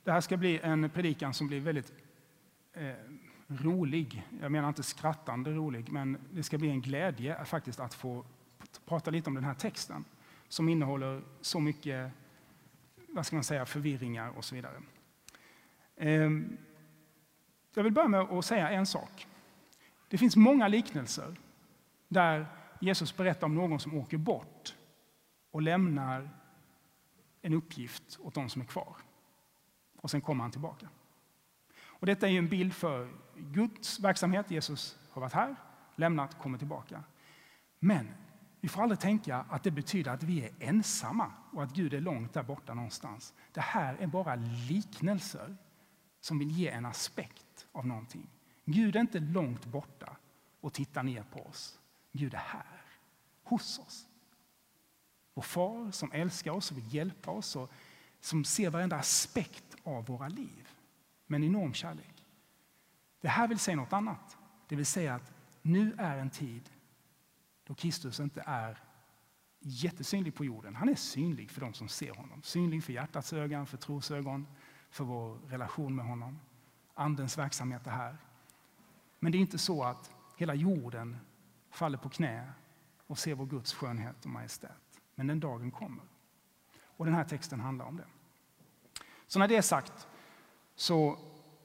Det här ska bli en predikan som blir väldigt rolig. Jag menar inte skrattande rolig, men det ska bli en glädje faktiskt att få prata lite om den här texten som innehåller så mycket, vad ska man säga, förvirringar och så vidare. Jag vill börja med att säga en sak. Det finns många liknelser där Jesus berättar om någon som åker bort och lämnar en uppgift åt de som är kvar. Och sen kommer han tillbaka. Och detta är ju en bild för Guds verksamhet. Jesus har varit här, lämnat, kommer tillbaka. Men vi får aldrig tänka att det betyder att vi är ensamma och att Gud är långt där borta någonstans. Det här är bara liknelser som vill ge en aspekt av någonting. Gud är inte långt borta och tittar ner på oss. Gud är här, hos oss. Vår far som älskar oss och vill hjälpa oss och som ser varenda aspekt av våra liv. Men enorm kärlek. Det här vill säga något annat. Det vill säga att nu är en tid då Kristus inte är jättesynlig på jorden. Han är synlig för de som ser honom. Synlig för hjärtats ögon, för trosögon, för vår relation med honom. Andens verksamhet är här. Men det är inte så att hela jorden faller på knä och ser vår Guds skönhet och majestät. Men den dagen kommer. Och den här texten handlar om det. Så när det är sagt så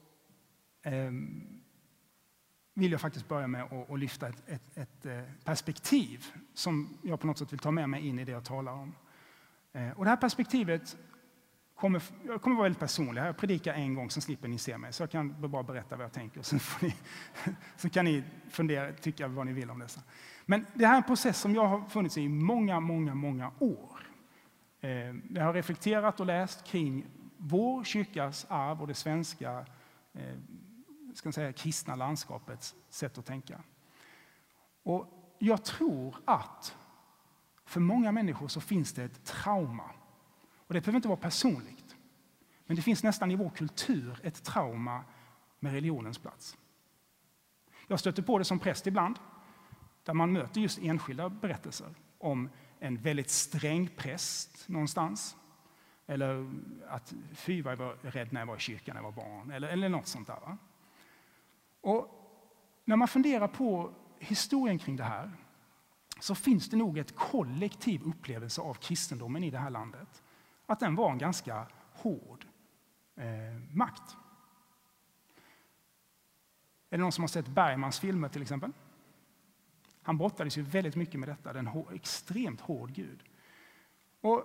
vill jag faktiskt börja med att lyfta ett perspektiv som jag på något sätt vill ta med mig in i det jag talar om. Och det här perspektivet kommer vara väldigt personligt. Jag predikar en gång, sen slipper ni se mig. Så jag kan bara berätta vad jag tänker. Så kan ni fundera, tycka vad ni vill om dessa. Men det här är en process som jag har funnits i många år. Jag har reflekterat och läst kring vår kyrkas arv och det svenska kristna landskapets sätt att tänka. Och jag tror att för många människor så finns det ett trauma. Och det behöver inte vara personligt. Men det finns nästan i vår kultur ett trauma med religionens plats. Jag stöter på det som präst ibland. Där man möter just enskilda berättelser om en väldigt sträng präst någonstans. Eller att fy vad jag var rädd när jag var i kyrkan när jag var barn. Eller något sånt där. Va? Och när man funderar på historien kring det här så finns det nog ett kollektiv upplevelse av kristendomen i det här landet. Att den var en ganska hård makt. Är det någon som har sett Bergmans filmer till exempel? Han brottades ju väldigt mycket med detta, den extremt hård Gud. Och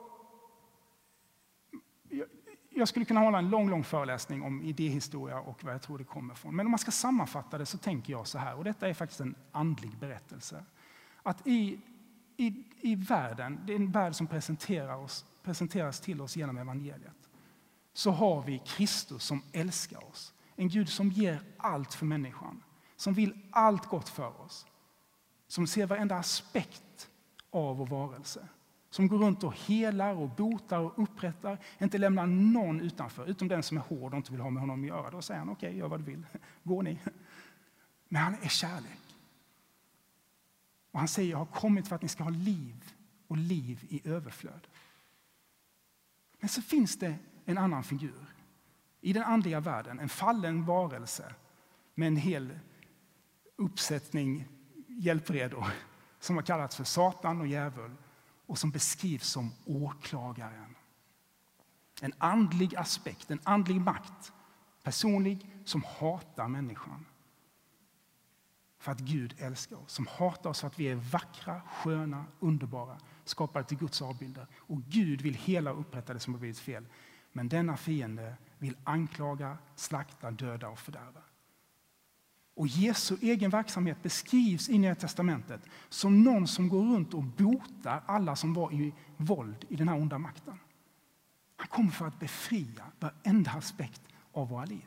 jag skulle kunna hålla en lång föreläsning om idéhistoria och vad jag tror det kommer från. Men om man ska sammanfatta det så tänker jag så här, och detta är faktiskt en andlig berättelse. Att i världen, det är en värld som presenteras till oss genom evangeliet, så har vi Kristus som älskar oss. En Gud som ger allt för människan, som vill allt gott för oss. Som ser varenda aspekt av vår varelse. Som går runt och helar och botar och upprättar. Inte lämnar någon utanför, utom den som är hård och inte vill ha med honom att göra. Då säger han, okej, gör vad du vill. Gå ni. Men han är kärlek. Och han säger, jag har kommit för att ni ska ha liv och liv i överflöd. Men så finns det en annan figur. I den andliga världen, en fallen varelse med en hel uppsättning hjälpredor som har kallats för Satan och djävul och som beskrivs som åklagaren. En andlig aspekt, en andlig makt, personlig, som hatar människan. För att Gud älskar oss, som hatar oss för att vi är vackra, sköna, underbara, skapade till Guds avbilder. Och Gud vill hela och upprätta det som har blivit fel. Men denna fiende vill anklaga, slakta, döda och fördärva. Och Jesu egen verksamhet beskrivs i Nya testamentet som någon som går runt och botar alla som var i våld i den här onda makten. Han kommer för att befria varenda aspekt av våra liv.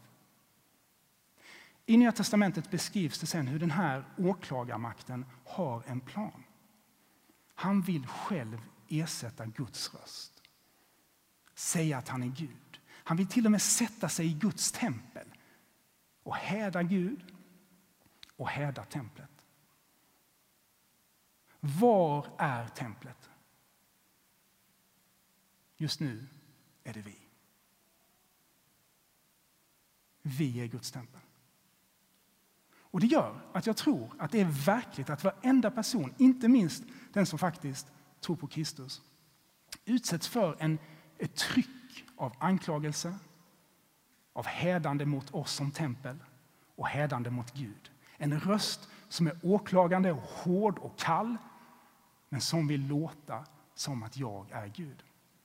I Nya testamentet beskrivs det sen hur den här åklagarmakten har en plan. Han vill själv ersätta Guds röst. Säga att han är Gud. Han vill till och med sätta sig i Guds tempel och häda Gud och häda templet. Var är templet? Just nu är det vi. Vi är Guds tempel. Och det gör att jag tror att det är verkligt att varenda person, inte minst den som faktiskt tror på Kristus, utsätts för ett tryck av anklagelse, av hädande mot oss som tempel och hädande mot Gud. En röst som är åklagande och hård och kall, men som vill låta som att jag är Gud.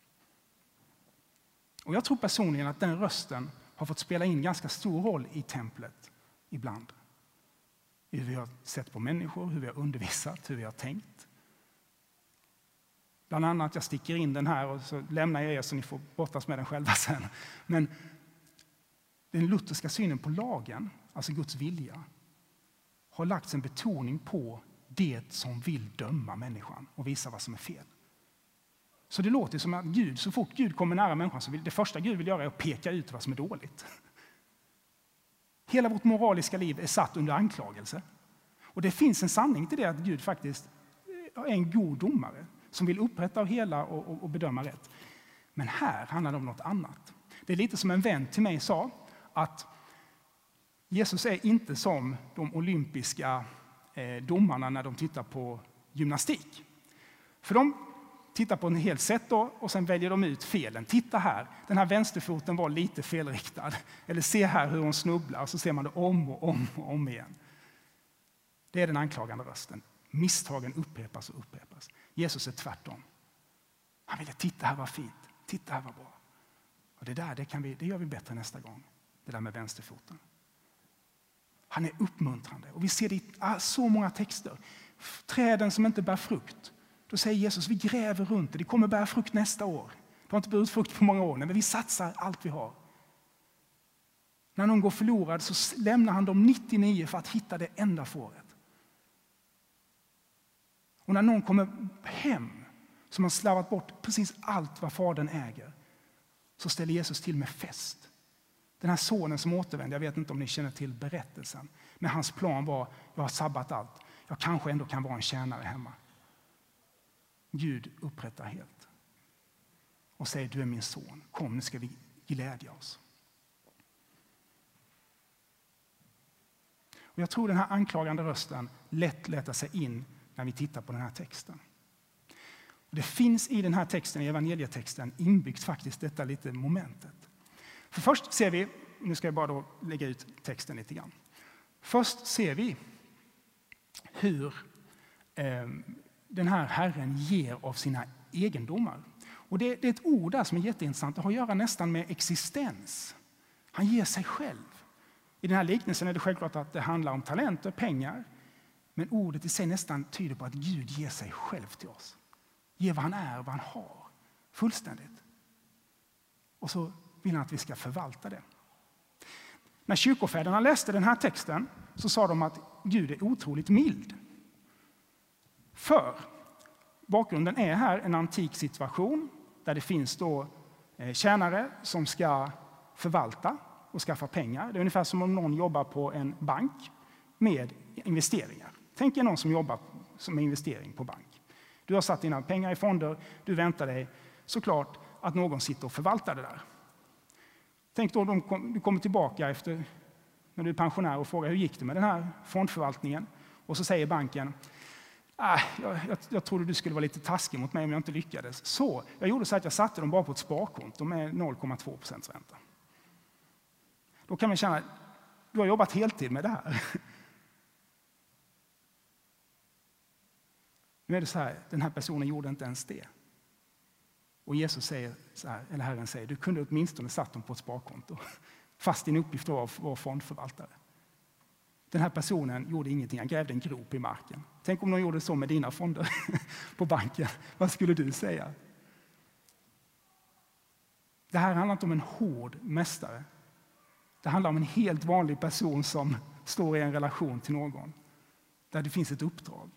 Och jag tror personligen att den rösten har fått spela in ganska stor roll i templet ibland. I hur vi har sett på människor, hur vi har undervisat, hur vi har tänkt. Bland annat, jag sticker in den här och så lämnar jag er så ni får brottas med den själva sen. Men den lutherska synen på lagen, alltså Guds vilja, har lagts en betoning på det som vill döma människan och visa vad som är fel. Så det låter som att Gud, så fort Gud kommer nära människan, så det första Gud vill göra är att peka ut vad som är dåligt. Hela vårt moraliska liv är satt under anklagelse. Och det finns en sanning till det, att Gud faktiskt är en god domare som vill upprätta och hela och bedöma rätt. Men här handlar det om något annat. Det är lite som en vän till mig sa, att Jesus är inte som de olympiska domarna när de tittar på gymnastik. För de tittar på en helt sätt då, och sen väljer de ut felen. Titta här, den här vänsterfoten var lite felriktad. Eller se här hur hon snubblar, och så ser man det om och om och om igen. Det är den anklagande rösten. Misstagen upprepas och upprepas. Jesus är tvärtom. Han ville titta här var fint, titta här var bra. Och det gör vi bättre nästa gång. Det där med vänsterfoten. Han är uppmuntrande. Och vi ser det i så många texter. Träden som inte bär frukt. Då säger Jesus, vi gräver runt det. Det kommer bära frukt nästa år. Det har inte burit frukt på många år, men vi satsar allt vi har. När någon går förlorad så lämnar han de 99 för att hitta det enda fåret. Och när någon kommer hem som har slarvat bort precis allt vad fadern äger, så ställer Jesus till med fest. Den här sonen som återvänder, jag vet inte om ni känner till berättelsen, men hans plan var, jag har sabbat allt. Jag kanske ändå kan vara en tjänare hemma. Gud upprättar helt och säger, du är min son, kom nu ska vi glädja oss. Och jag tror den här anklagande rösten lätt letar sig in när vi tittar på den här texten. Och det finns i den här texten, i evangelietexten, inbyggt faktiskt detta lite momentet. För först ser vi, nu ska jag bara då lägga ut texten lite grann. Först ser vi hur den här Herren ger av sina egendomar. Och det är ett ord där som är jätteintressant. Det har att göra nästan med existens. Han ger sig själv. I den här liknelsen är det självklart att det handlar om talenter, pengar. Men ordet i sig nästan tyder på att Gud ger sig själv till oss. Ger vad han är och vad han har. Fullständigt. Och så vill han att vi ska förvalta det. När kyrkofäderna läste den här texten så sa de att Gud är otroligt mild. För bakgrunden är här en antik situation där det finns då tjänare som ska förvalta och skaffa pengar. Det är ungefär som om någon jobbar på en bank med investeringar. Tänk er någon som jobbar som investering på bank. Du har satt dina pengar i fonder, du väntar dig såklart att någon sitter och förvaltar det där. Tänk då du kommer tillbaka efter när du är pensionär och frågar hur gick det med den här fondförvaltningen. Och så säger banken, jag trodde du skulle vara lite taskig mot mig om jag inte lyckades. Så jag gjorde så att jag satte dem bara på ett sparkonto med 0,2% ränta. Då kan man känna, du har jobbat heltid med det här. Nu är det så här, den här personen gjorde inte ens det. Och Jesus säger så här, eller Herren säger, du kunde åtminstone satt dem på ett sparkonto. Fast din uppgift var att vara fondförvaltare. Den här personen gjorde ingenting, han grävde en grop i marken. Tänk om de gjorde så med dina fonder på banken. Vad skulle du säga? Det här handlar inte om en hård mästare. Det handlar om en helt vanlig person som står i en relation till någon. Där det finns ett uppdrag.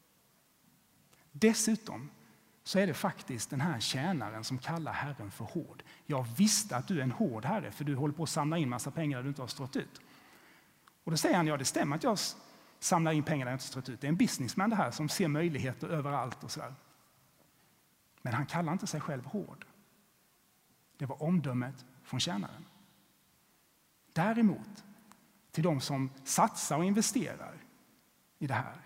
Dessutom så är det faktiskt den här tjänaren som kallar Herren för hård. Jag visste att du är en hård herre för du håller på att samla in massa pengar där du inte har stått ut. Och då säger han, ja det stämmer att jag samlar in pengar där jag inte har stått ut. Det är en businessman det här som ser möjligheter överallt och sådär. Men han kallar inte sig själv hård. Det var omdömet från tjänaren. Däremot, till de som satsar och investerar i det här,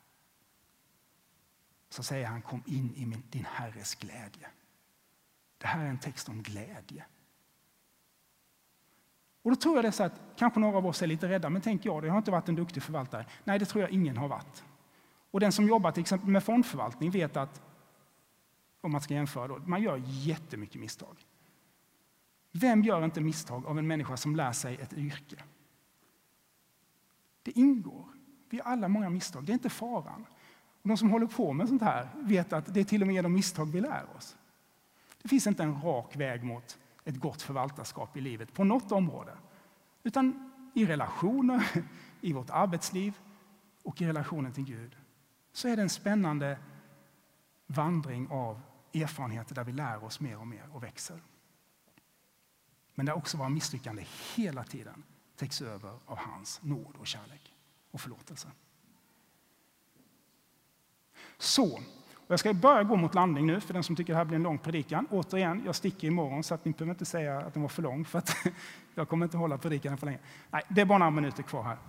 så säger han: kom in i din Herres glädje. Det här är en text om glädje. Och då tror jag det är så att kanske några av oss är lite rädda, men tänk jag har inte varit en duktig förvaltare. Nej, det tror jag ingen har varit. Och den som jobbar till exempel med fondförvaltning vet att, om man ska jämföra då, man gör jättemycket misstag. Vem gör inte misstag av en människa som lär sig ett yrke? Det ingår. Vi har alla många misstag, det är inte faran. Och de som håller på med sånt här vet att det är till och med genom misstag vi lär oss. Det finns inte en rak väg mot ett gott förvaltarskap i livet på något område. Utan i relationer, i vårt arbetsliv och i relationen till Gud, så är det en spännande vandring av erfarenheter där vi lär oss mer och mer och växer. Men där också våra misslyckande hela tiden täcks över av hans nåd och kärlek och förlåtelse. Så, och jag ska börja gå mot landning nu för den som tycker det här blir en lång predikan. Återigen, jag sticker imorgon så att ni behöver inte säga att den var för lång, för att jag kommer inte hålla predikan för länge. Nej, det är bara några minuter kvar här.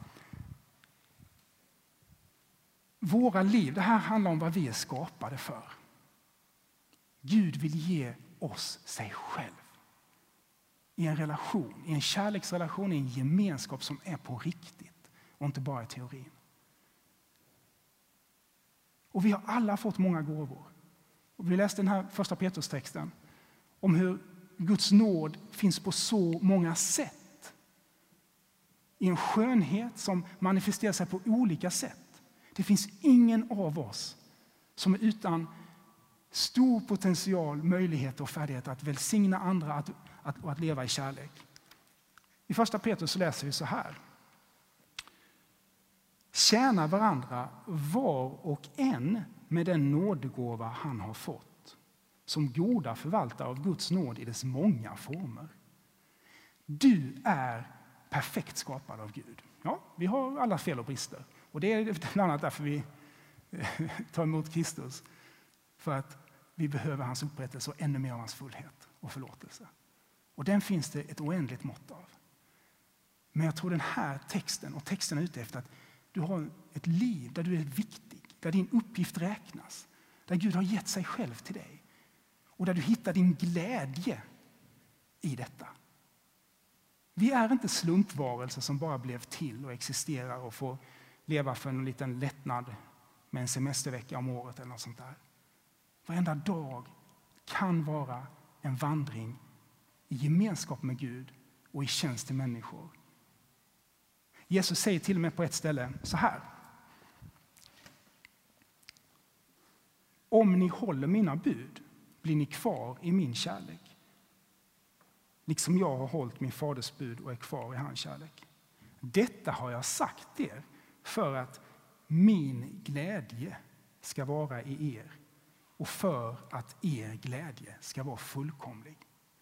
Våra liv, det här handlar om vad vi är skapade för. Gud vill ge oss sig själv. I en relation, i en kärleksrelation, i en gemenskap som är på riktigt och inte bara i teorin. Och vi har alla fått många gåvor. Och vi läste den här första Petrus-texten om hur Guds nåd finns på så många sätt. I en skönhet som manifesterar sig på olika sätt. Det finns ingen av oss som är utan stor potential, möjlighet och färdighet att välsigna andra att leva i kärlek. I första Petrus så läser vi så här. Tjäna varandra var och en med den nådegåva han har fått, som goda förvaltare av Guds nåd i dess många former. Du är perfekt skapad av Gud. Ja, vi har alla fel och brister. Och det är bland annat därför vi tar emot Kristus. För att vi behöver hans upprättelse och ännu mer av hans fullhet och förlåtelse. Och den finns det ett oändligt mått av. Men jag tror den här texten och texten är ute efter att du har ett liv där du är viktig, där din uppgift räknas, där Gud har gett sig själv till dig och där du hittar din glädje i detta. Vi är inte slumpvarelser som bara blev till och existerar och får leva för en liten lättnad med en semestervecka om året eller något sånt där. Varenda dag kan vara en vandring i gemenskap med Gud och i tjänst till människor. Jesus säger till och med på ett ställe så här. Om ni håller mina bud blir ni kvar i min kärlek. Liksom jag har hållit min faders bud och är kvar i hans kärlek. Detta har jag sagt er för att min glädje ska vara i er och för att er glädje ska vara fullkomlig.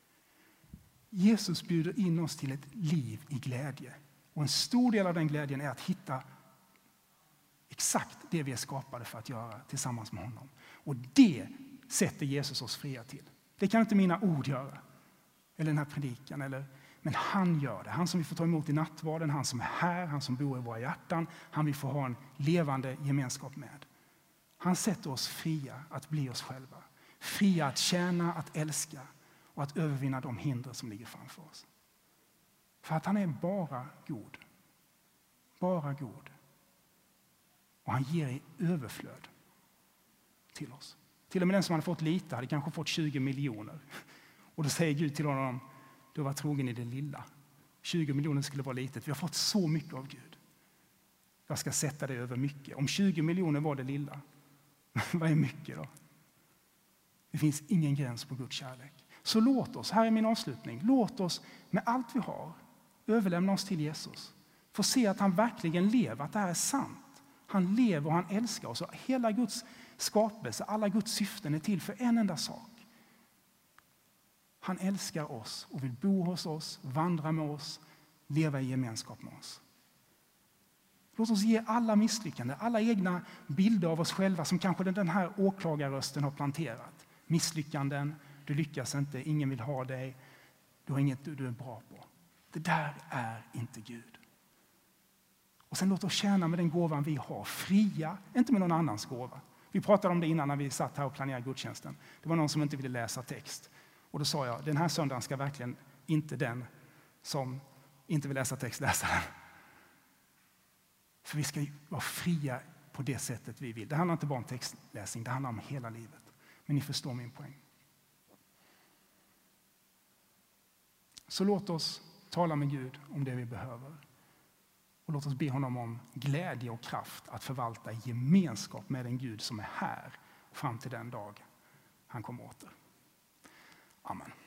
Jesus bjuder in oss till ett liv i glädje. Och en stor del av den glädjen är att hitta exakt det vi är skapade för att göra tillsammans med honom. Och det sätter Jesus oss fria till. Det kan inte mina ord göra. Eller den här predikan. Men han gör det. Han som vi får ta emot i nattvarden. Han som är här. Han som bor i våra hjärtan. Han vi får ha en levande gemenskap med. Han sätter oss fria att bli oss själva. Fria att tjäna, att älska och att övervinna de hinder som ligger framför oss. För att han är bara god. Bara god. Och han ger i överflöd till oss. Till och med den som hade fått lite hade kanske fått 20 miljoner. Och då säger Gud till honom, du var trogen i det lilla. 20 miljoner skulle vara litet. Vi har fått så mycket av Gud. Jag ska sätta det över mycket. Om 20 miljoner var det lilla, vad är mycket då? Det finns ingen gräns på Guds kärlek. Så låt oss, här är min avslutning, låt oss med allt vi har överlämna oss till Jesus. Få se att han verkligen lever, att det här är sant. Han lever och han älskar oss. Och hela Guds skapelse, alla Guds syften är till för en enda sak. Han älskar oss och vill bo hos oss, vandra med oss, leva i gemenskap med oss. Låt oss ge alla misslyckanden, alla egna bilder av oss själva som kanske den här åklagarrösten har planterat. Misslyckanden, du lyckas inte, ingen vill ha dig, du har inget du är bra på. Det där är inte Gud. Och sen låt oss tjäna med den gåvan vi har. Fria, inte med någon annans gåva. Vi pratade om det innan när vi satt här och planerade gudstjänsten. Det var någon som inte ville läsa text. Och då sa jag, den här söndagen ska verkligen inte den som inte vill läsa text läsa den. För vi ska vara fria på det sättet vi vill. Det handlar inte bara om textläsning, det handlar om hela livet. Men ni förstår min poäng. Så låt oss tala med Gud om det vi behöver. Och låt oss be honom om glädje och kraft att förvalta gemenskap med en Gud som är här fram till den dag han kommer åter. Amen.